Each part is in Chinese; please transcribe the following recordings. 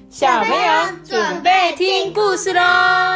小朋友准备听故事咯。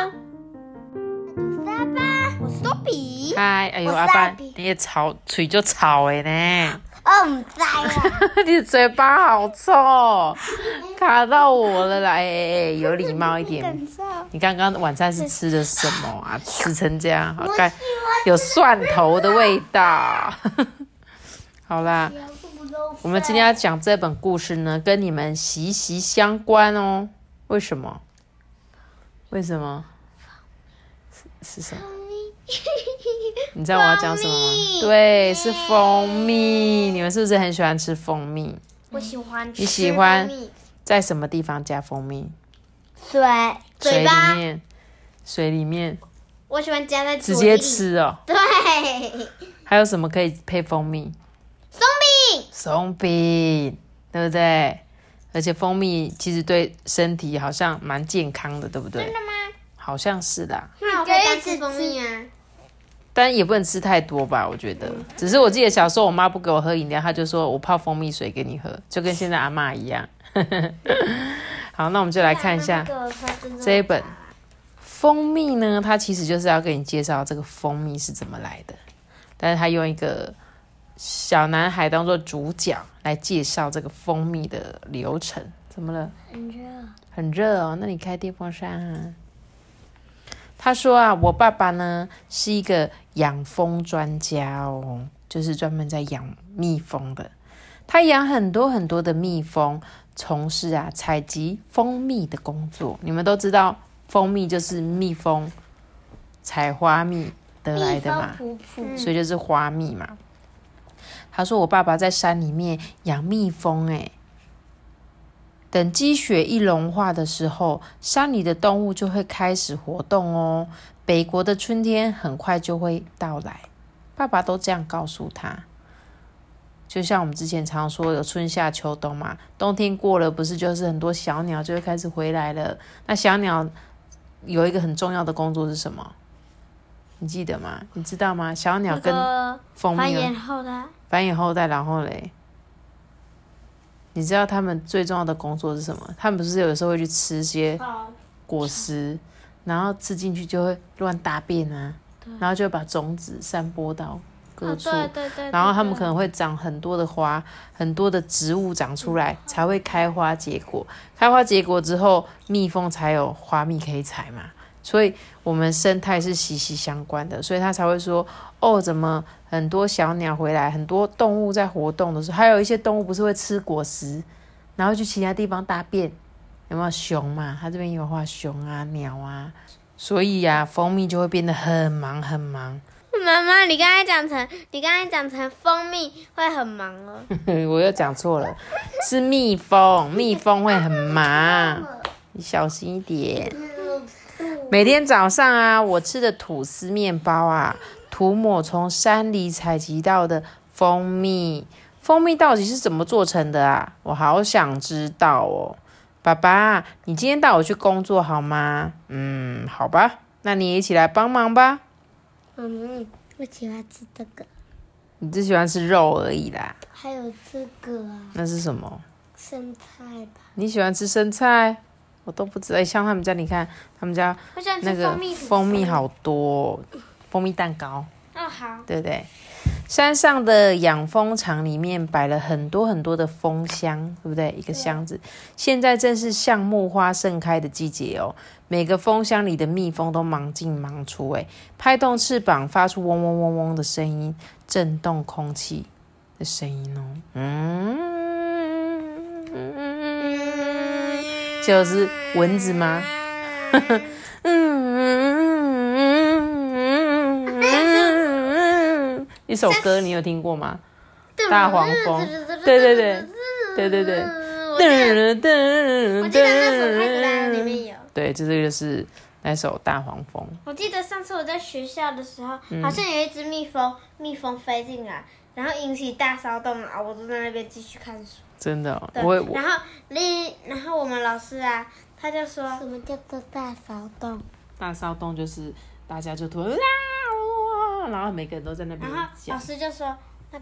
我是阿爸，我是多比。 嗨，哎呦，阿爸，你的嘴就吵的呢。 我唔知啊。 你的嘴巴好臭，卡到我了啦！有礼貌一点。你刚刚晚餐是吃的什么啊？吃成这样，好看，有蒜头的味道。好啦，我们今天要讲这本故事呢，跟你们息息相关哦。为什么？为什么？是什么？你知道我要讲什么吗？对，是蜂蜜。你们是不是很喜欢吃蜂蜜？ 我喜欢吃。 你喜欢在什么地方加蜂蜜？ 嘴巴里面。水里面。 我喜欢加在直接吃哦。 对。 还有什么可以配蜂蜜？松饼，对不对？而且蜂蜜其实对身体好像蛮健康的，对不对？ 真的吗？ 好像是啦。 那我可以单吃蜂蜜啊。 但也不能吃太多吧，我觉得。只是我记得小时候我妈不给我喝饮料，她就说我泡蜂蜜水给你喝，就跟现在阿嬷一样。好，那我们就来看一下这一本蜂蜜呢，它其实就是要跟你介绍这个蜂蜜是怎么来的，但是它用一个小男孩当做主角来介绍这个蜂蜜的流程。怎么了？ 很热。 很热哦，那你开电风扇啊。他说啊，我爸爸呢是一个养蜂专家哦，就是专门在养蜜蜂的。他养很多很多的蜜蜂，从事啊采集蜂蜜的工作。你们都知道，蜂蜜就是蜜蜂采花蜜得来的嘛，所以就是花蜜嘛。他说我爸爸在山里面养蜜蜂，等积雪一融化的时候，山里的动物就会开始活动哦。北国的春天很快就会到来，爸爸都这样告诉他。就像我们之前常说有春夏秋冬嘛，冬天过了不是就是很多小鸟就会开始回来了。那小鸟有一个很重要的工作是什么？你记得吗？你知道吗？小鸟跟蜂蜜繁衍后代，然后嘞，你知道他们最重要的工作是什么？他们不是有时候会去吃些果实，然后吃进去就会乱大便啊，然后就会把种子散播到各处，然后他们可能会长很多的花，很多的植物长出来，才会开花结果。开花结果之后，蜜蜂才有花蜜可以采嘛。所以我们生态是息息相关的，所以他才会说，哦，怎么很多小鸟回来，很多动物在活动的时候，还有一些动物不是会吃果实，然后去其他地方大便，有没有熊嘛？他这边有画熊啊、鸟啊，所以啊，蜂蜜就会变得很忙很忙。 妈妈，你刚才讲成蜂蜜会很忙哦。 我又讲错了，是蜜蜂，蜜蜂会很忙，你小心一点。每天早上啊，我吃的吐司面包啊，涂抹从山里采集到的蜂蜜。蜂蜜到底是怎么做成的啊？我好想知道哦。爸爸，你今天带我去工作好吗？好吧，那你也一起来帮忙吧。 我喜欢吃这个。 你只喜欢吃肉而已啦。 还有这个啊。 那是什么？ 生菜吧。 你喜欢吃生菜？我都不知道。像他们家，你看他们家那个蜂蜜好多，蜂蜜蛋糕。 哦，好。 对不对？山上的养蜂场里面摆了很多很多的蜂箱，对不对？一个箱子。现在正是橡木花盛开的季节哦，每个蜂箱里的蜜蜂都忙进忙出，拍动翅膀，发出嗡嗡嗡嗡的声音，震动空气的声音哦。就是蚊子吗？一首歌你有听过吗？大黄蜂。对。 我记得那首太鼓达里面有。 对，这就是那首大黄蜂。 我记得上次我在学校的时候，好像有一只蜜蜂飞进来，然后引起大骚动啊！我就在那边继续看书。 真的哦。 然后我们老师啊，他就说什么叫做大骚动？ 大骚动就是大家就突然然后每个人都在那边然后老师就说那个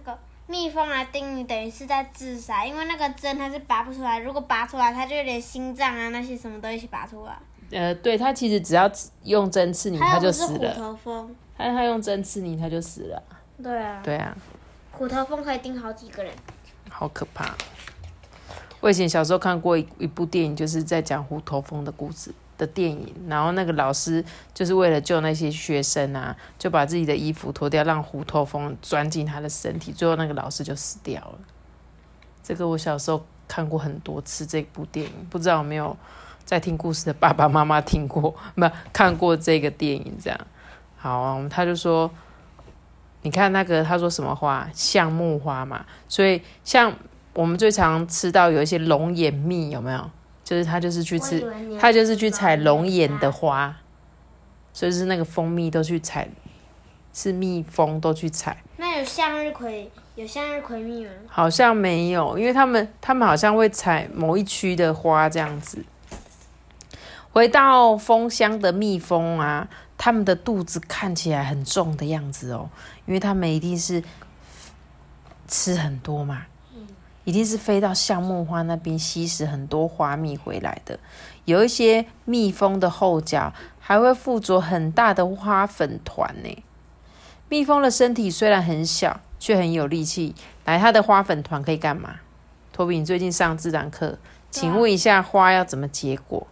蜜蜂来叮你，等于是在自杀，因为那个针它是拔不出来，如果拔出来，它就连心脏啊那些什么都一起拔出来。 对，它其实只要用针刺你，它就死了。 虎头蜂， 它用针刺你，它就死了。 对啊。 对啊。 虎头蜂可以叮好几个人。 好可怕！我以前小时候看过一部电影，就是在讲虎头蜂的故事的电影，然后那个老师就是为了救那些学生啊，就把自己的衣服脱掉，让虎头蜂钻进他的身体，最后那个老师就死掉了。这个我小时候看过很多次这部电影，不知道有没有在听故事的爸爸妈妈听过看过这个电影这样。好啊，他就说你看那个他说什么花，橡木花嘛，所以像我们最常吃到有一些龙眼蜜，有没有？就是他就是去吃，他就是去采龙眼的花，所以是那个蜂蜜都去采，是蜜蜂都去采。 那有向日葵蜜吗？ 好像没有，因为他们好像会采某一区的花这样子。回到蜂箱的蜜蜂啊，他们的肚子看起来很重的样子哦，因为他们一定是吃很多嘛，一定是飞到橡木花那边吸食很多花蜜回来的。有一些蜜蜂的后脚还会附着很大的花粉团呢。蜜蜂的身体虽然很小，却很有力气。来，它的花粉团可以干嘛？托比，你最近上自然课，请问一下，花要怎么结果？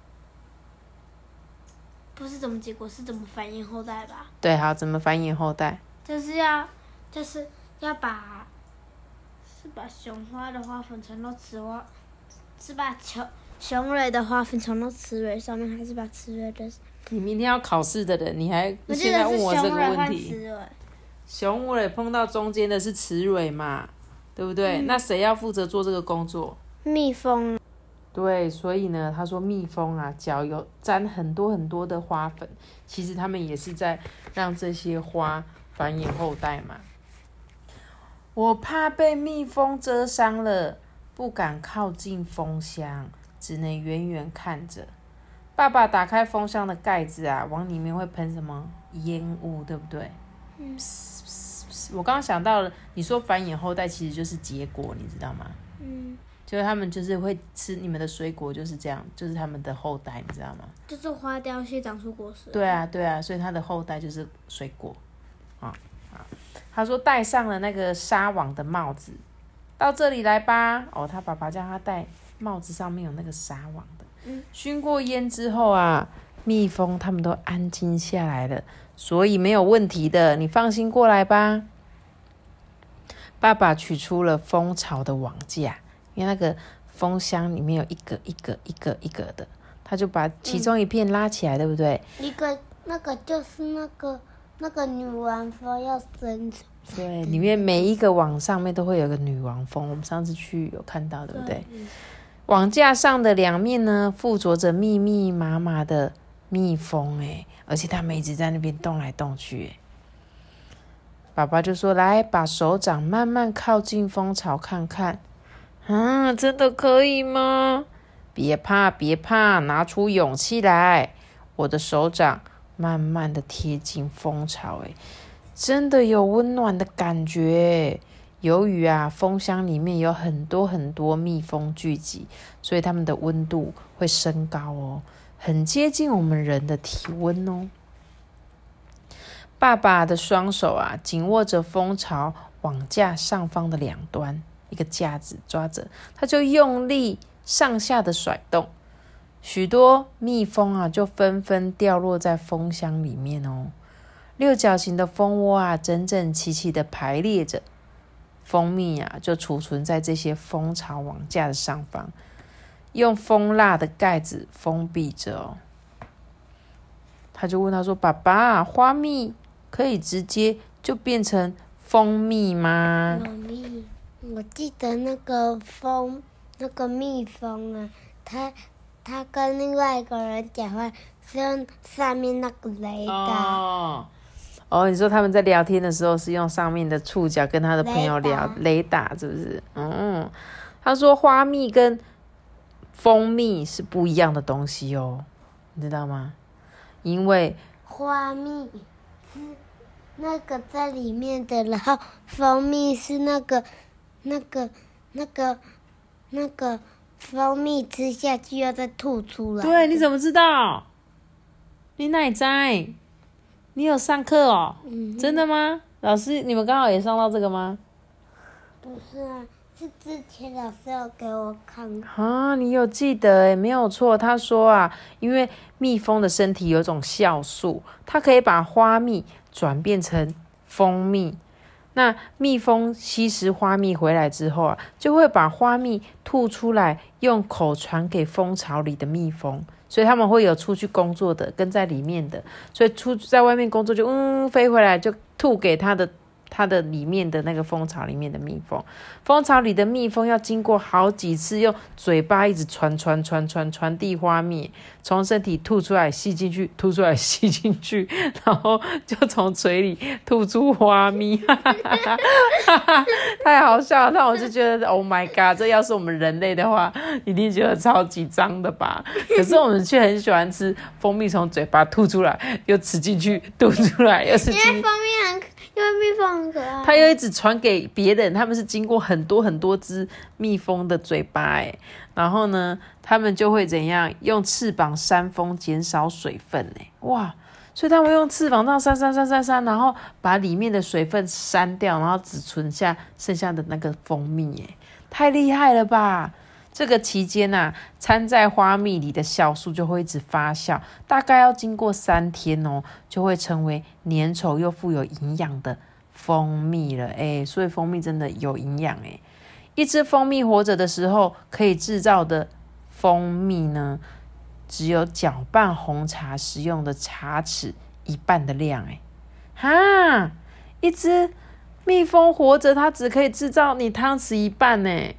不是怎么结果，是怎么繁衍后代吧？ 对，好，怎么繁衍后代？ 就是要把雄花的花粉传到雌花，是把雄蕊的花粉传到雌蕊上面，还是把雌蕊的？ 你明天要考试的人，你现在问我这个问题？雄蕊碰到中间的是雌蕊嘛，对不对？那谁要负责做这个工作？ 蜜蜂。 对，所以呢，他说蜜蜂啊，脚有沾很多很多的花粉，其实他们也是在让这些花繁衍后代嘛。我怕被蜜蜂蛰伤了，不敢靠近蜂箱，只能远远看着。爸爸打开蜂箱的盖子啊，往里面会喷什么烟雾，对不对？我刚刚想到了，你说繁衍后代其实就是结果，你知道吗？就是他们就是会吃你们的水果，就是这样，就是他们的后代，你知道吗？ 就是花凋谢长出果实。 对啊，对啊，所以他的后代就是水果。他说戴上了那个纱网的帽子，到这里来吧。他爸爸叫他戴帽子，上面有那个纱网的。熏过烟之后啊，蜜蜂他们都安静下来了，所以没有问题的，你放心过来吧。爸爸取出了蜂巢的网架，因为那个蜂箱里面有一个的，他就把其中一片拉起来，对不对？ 那个就是那个女王蜂要生出。 对，里面每一个网上面都会有个女王蜂，我们上次去有看到，对不对？网架上的两面呢，附着着密密麻麻的蜜蜂，而且它们一直在那边动来动去。爸爸就说：“来，把手掌慢慢靠近蜂巢看看。”真的可以吗？别怕，别怕，拿出勇气来。我的手掌慢慢的贴近蜂巢，真的有温暖的感觉。由于蜂箱里面有很多很多蜜蜂聚集，所以它们的温度会升高哦，很接近我们人的体温哦。爸爸的双手紧握着蜂巢网架上方的两端，一个架子抓着，他就用力上下的甩动，许多蜜蜂就纷纷掉落在蜂箱里面哦。六角形的蜂窝整整齐齐的排列着，蜂蜜就储存在这些蜂巢网架的上方，用蜂蜡的盖子封闭着哦。他就问他说：“爸爸，花蜜可以直接就变成蜂蜜吗？” 我记得那个蜜蜂他跟另外一个人讲话是用上面那个雷达。 你说他们在聊天的时候是用上面的触角跟他的朋友聊雷达，是不是？他说花蜜跟蜂蜜是不一样的东西哦，你知道吗？因为花蜜是那个在里面的，然后蜂蜜是那个蜂蜜吃下去要再吐出来。 对，你怎么知道？你哪里在？你有上课哦？真的吗？老师，你们刚好也上到这个吗？ 不是啊，是之前老师有给我看。 啊，你有记得诶，没有错。他说啊，因为蜜蜂的身体有一种酵素，它可以把花蜜转变成蜂蜜。那蜜蜂吸食花蜜回来之后啊，就会把花蜜吐出来，用口传给蜂巢里的蜜蜂。所以他们会有出去工作的，跟在里面的，所以在外面工作就飞回来就吐给它的里面的那个蜂巢里面的蜜蜂，蜂巢里的蜜蜂要经过好几次用嘴巴一直传递花蜜，从身体吐出来吸进去，吐出来吸进去，然后就从嘴里吐出花蜜，太好笑了。那我就觉得 Oh my god， 这要是我们人类的话一定觉得超级脏的吧，可是我们却很喜欢吃蜂蜜，从嘴巴吐出来又吃进去，吐出来又吃进去， 因为蜂蜜因为蜜蜂很可爱， 它又一直传给别人，他们是经过很多只蜜蜂的嘴巴，然后呢，他们就会怎样用翅膀扇风，减少水分，哇！所以他们用翅膀这样扇，然后把里面的水分删掉，然后只存下剩下的那个蜂蜜，太厉害了吧！这个期间啊，掺在花蜜里的酵素就会一直发酵，大概要经过3天哦，就会成为粘稠又富有营养的蜂蜜了。所以蜂蜜真的有营养。一只蜂蜜活着的时候可以制造的蜂蜜呢，只有搅拌红茶时用的茶匙1半的量。一只蜜蜂活着，它只可以制造你汤匙1半呢。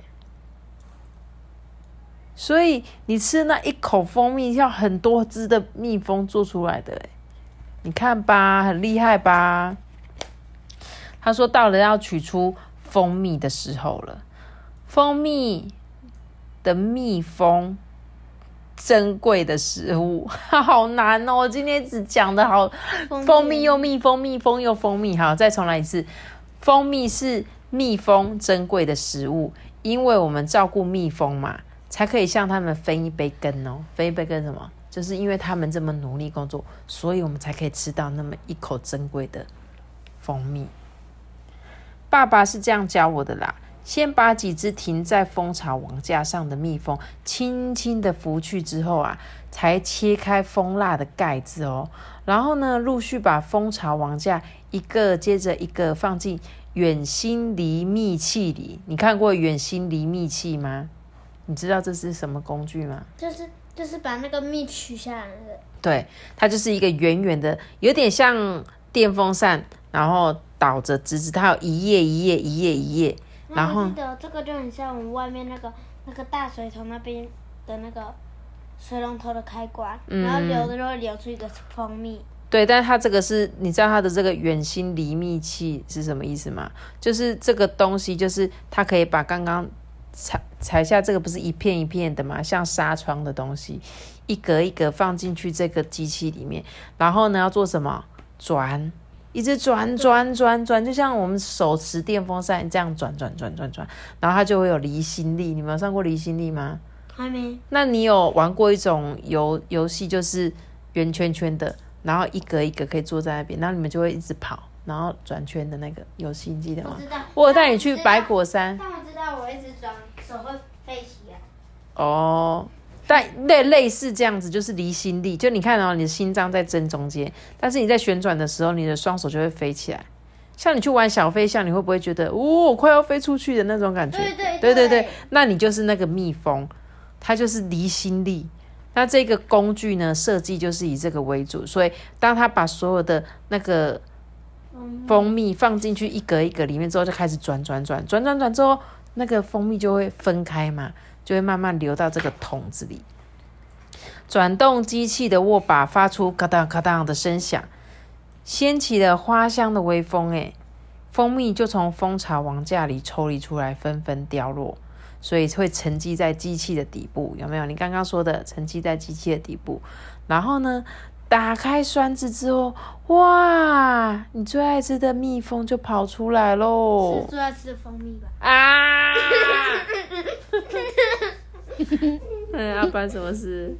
所以你吃那一口蜂蜜要很多只的蜜蜂做出来的，你看吧，很厉害吧？他说到了要取出蜂蜜的时候了，蜂蜜的蜜蜂珍贵的食物，好难哦！我今天只讲的好，蜂蜜又蜜蜂，蜜蜂又蜂蜜。好，再重来一次，蜂蜜是蜜蜂珍贵的食物，因为我们照顾蜜蜂嘛，才可以向他们分一杯羹哦。分一杯羹什么？就是因为他们这么努力工作，所以我们才可以吃到那么一口珍贵的蜂蜜。爸爸是这样教我的啦，先把几只停在蜂巢网架上的蜜蜂轻轻的拂去之后啊，才切开蜂蜡的盖子哦。然后呢，陆续把蜂巢网架一个接着一个放进远心离蜜器里。你看过远心离蜜器吗？你知道这是什么工具吗？ 就是把那个蜜取下来的。 对，它就是一个圆圆的，有点像电风扇，然后倒着直直，它有一页。然后我记得这个就很像我们外面那个大水桶那边的那个水龙头的开关，然后流的就会流出一个蜂蜜。 对，但是它这个是，你知道它的这个远心离蜜器是什么意思吗？就是这个东西，就是它可以把刚刚采下这个不是一片一片的嘛，像纱窗的东西，一格一格放进去这个机器里面，然后呢要做什么？转，一直转，就像我们手持电风扇这样转，然后它就会有离心力。你们有上过离心力吗？ 还没。 那你有玩过一种游戏，就是圆圈圈的，然后一格一格可以坐在那边，然后你们就会一直跑，然后转圈的那个游戏，你记得吗？ 我知道。 我有带你去百果山。 但我知道我一直转，手会飞起来。 哦，但类似这样子，就是离心力。就你看你的心脏在正中间，但是你在旋转的时候，你的双手就会飞起来。像你去玩小飞象，你会不会觉得我快要飞出去的那种感觉？对，那你就是那个蜜蜂，它就是离心力。那这个工具呢，设计就是以这个为主，所以当它把所有的那个蜂蜜放进去一格一格里面之后，就开始转之后，那个蜂蜜就会分开嘛，就会慢慢流到这个桶子里。转动机器的握把发出咔当咔当的声响，掀起了花香的微风，蜂蜜就从蜂巢网架里抽离出来，纷纷掉落，所以会沉积在机器的底部，有没有？你刚刚说的沉积在机器的底部。然后呢， 打开栓子之后，哇，你最爱吃的蜜蜂就跑出来喽！ 是最爱吃的蜂蜜吧？ 啊！阿班什么事？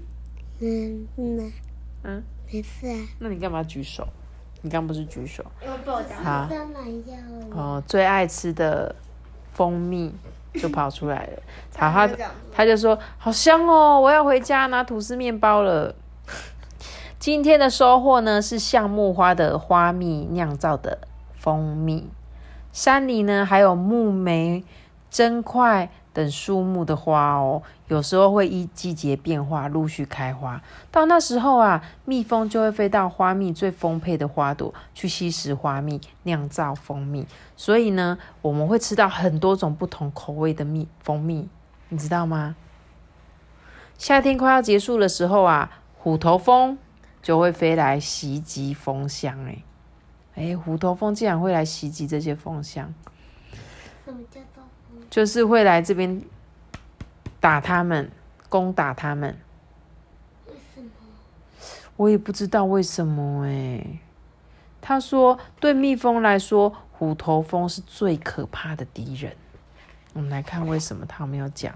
没事啊。 那你干嘛举手？你刚不是举手？ 因为被我讲。 好。最爱吃的蜂蜜就跑出来了。好，他就说好香哦，我要回家拿吐司面包了。今天的收获呢是橡木花的花蜜酿造的蜂蜜。山里呢还有木莓、针块等树木的花哦，有时候会依季节变化陆续开花。到那时候啊，蜜蜂就会飞到花蜜最丰沛的花朵去吸食花蜜，酿造蜂蜜。所以呢，我们会吃到很多种不同口味的蜂蜜，你知道吗？夏天快要结束的时候啊，虎头蜂就会飞来袭击蜂箱。虎头蜂竟然会来袭击这些蜂箱。 什么叫做？ 就是会来这边打他们，攻打他们。 为什么？ 我也不知道为什么他说，对蜜蜂来说，虎头蜂是最可怕的敌人。我们来看为什么他没有讲。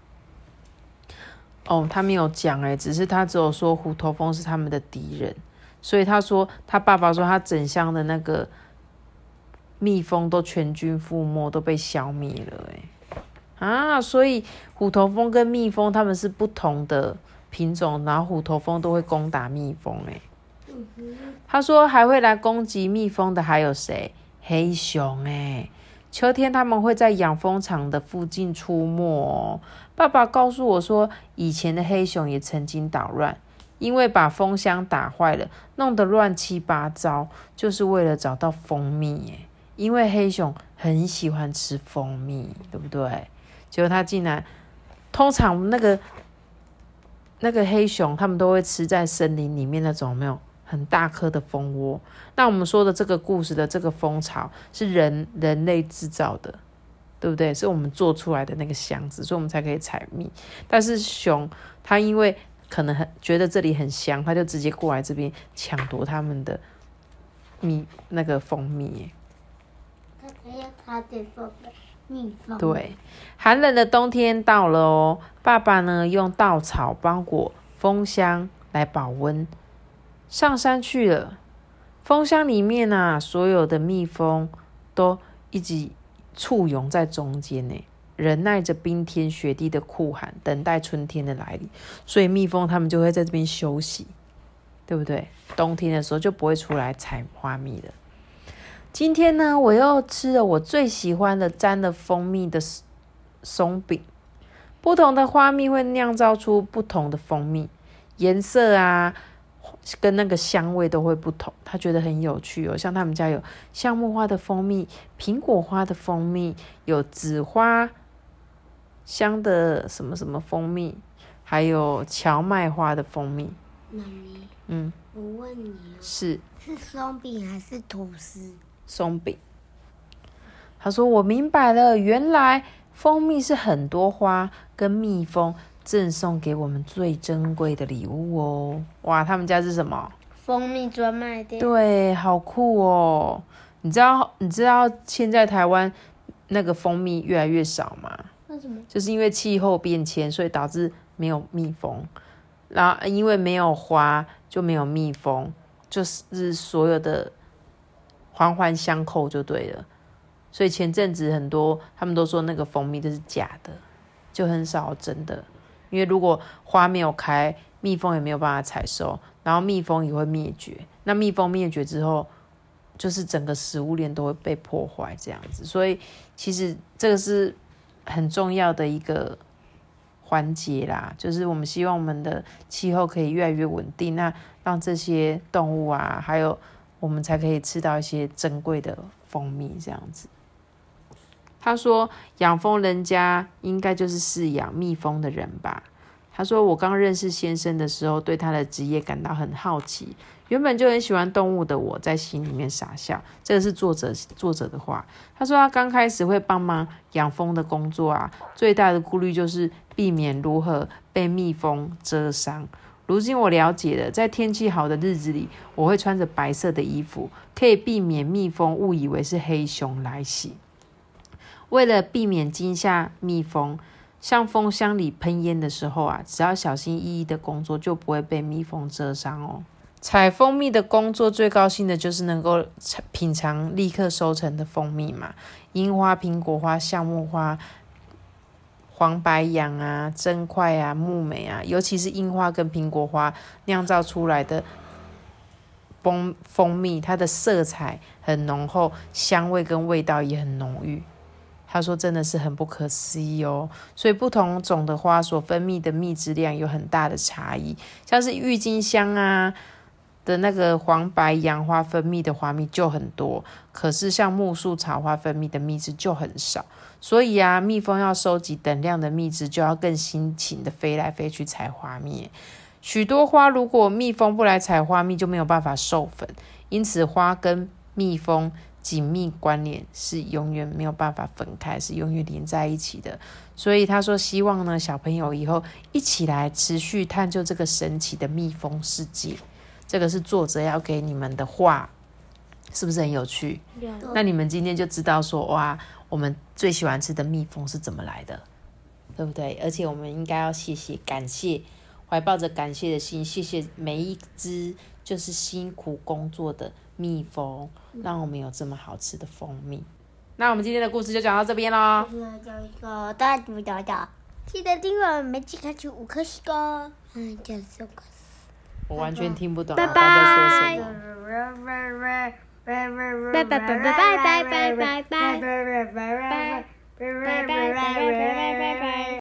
他没有讲只是他只有说虎头蜂是他们的敌人，所以他说他爸爸说他整箱的那个蜜蜂都全军覆没，都被消灭了所以虎头蜂跟蜜蜂他们是不同的品种，然后虎头蜂都会攻打蜜蜂他说还会来攻击蜜蜂的还有谁？黑熊秋天他们会在养蜂场的附近出没爸爸告诉我说，以前的黑熊也曾经捣乱，因为把蜂箱打坏了，弄得乱七八糟，就是为了找到蜂蜜因为黑熊很喜欢吃蜂蜜，对不对？结果他竟然，通常那个黑熊他们都会吃在森林里面那种有没有很大颗的蜂窝。那我们说的这个故事的这个蜂巢是人类制造的，对不对？是我们做出来的那个箱子，所以我们才可以采蜜。但是熊它因为可能觉得这里很香，它就直接过来这边抢夺他们的那个蜂蜜蜜蜂。 对，寒冷的冬天到了哦，爸爸呢用稻草包裹蜂箱来保温，上山去了。蜂箱里面所有的蜜蜂都一直簇拥在中间忍耐着冰天雪地的酷寒，等待春天的来临。所以蜜蜂他们就会在这边休息，对不对？冬天的时候就不会出来采花蜜了。今天呢，我又吃了我最喜欢的沾了蜂蜜的松饼。不同的花蜜会酿造出不同的蜂蜜，颜色跟那个香味都会不同，他觉得很有趣像他们家有橡木花的蜂蜜、苹果花的蜂蜜，有紫花香的什么什么蜂蜜，还有荞麦花的蜂蜜。 妈咪，我问你是松饼还是吐司？ 松饼。他说我明白了，原来蜂蜜是很多花跟蜜蜂赠送给我们最珍贵的礼物哦。哇，他们家是什么？ 蜂蜜专卖店。 对，好酷哦。你知道现在台湾那个蜂蜜越来越少吗？ 为什么？ 就是因为气候变迁，所以导致没有蜜蜂，然后因为没有花就没有蜜蜂，就是所有的环环相扣就对了。所以前阵子很多他们都说那个蜂蜜都是假的，就很少真的。因为如果花没有开，蜜蜂也没有办法采收，然后蜜蜂也会灭绝。那蜜蜂灭绝之后，就是整个食物链都会被破坏这样子。所以其实这个是很重要的一个环节啦，就是我们希望我们的气候可以越来越稳定，那让这些动物还有我们才可以吃到一些珍贵的蜂蜜这样子。他说养蜂人家应该就是饲养蜜蜂的人吧。他说我刚认识先生的时候对他的职业感到很好奇，原本就很喜欢动物的我在心里面傻笑。这个是作者的话。他说他刚开始会帮忙养蜂的工作最大的顾虑就是避免如何被蜜蜂蛰伤。 如今我了解了，在天气好的日子里，我会穿着白色的衣服，可以避免蜜蜂误以为是黑熊来袭。为了避免惊吓蜜蜂，像蜂箱里喷烟的时候啊，只要小心翼翼的工作，就不会被蜜蜂蛰伤哦。采蜂蜜的工作最高兴的就是能够品尝立刻收成的蜂蜜嘛，樱花、苹果花、橡木花、黄白杨啊、真块啊、木莓啊，尤其是樱花跟苹果花酿造出来的蜂蜜，它的色彩很浓厚，香味跟味道也很浓郁。他说真的是很不可思议哦，所以不同种的花所分泌的蜜质量有很大的差异，像是郁金香啊的那个黄白杨花分泌的花蜜就很多，可是像木树草花分泌的蜜汁就很少，所以啊，蜜蜂要收集等量的蜜汁，就要更辛勤的飞来飞去采花蜜。许多花如果蜜蜂不来采花蜜，就没有办法授粉，因此花跟蜜蜂紧密关联，是永远没有办法分开，是永远连在一起的。所以他说希望呢，小朋友以后一起来持续探究这个神奇的蜜蜂世界。这个是作者要给你们的话，是不是很有趣？那你们今天就知道说，哇，我们最喜欢吃的蜜蜂是怎么来的，对不对？而且我们应该要感谢，怀抱着感谢的心，谢谢每一只就是辛苦工作的蜜蜂，让我们有这么好吃的蜂蜜。那我们今天的故事就讲到这边咯。 记得订阅我们每集开出5颗星哦。 我完全听不懂拜拜。 刚刚在说什么。 拜拜拜拜拜拜拜拜拜拜拜拜拜拜拜拜。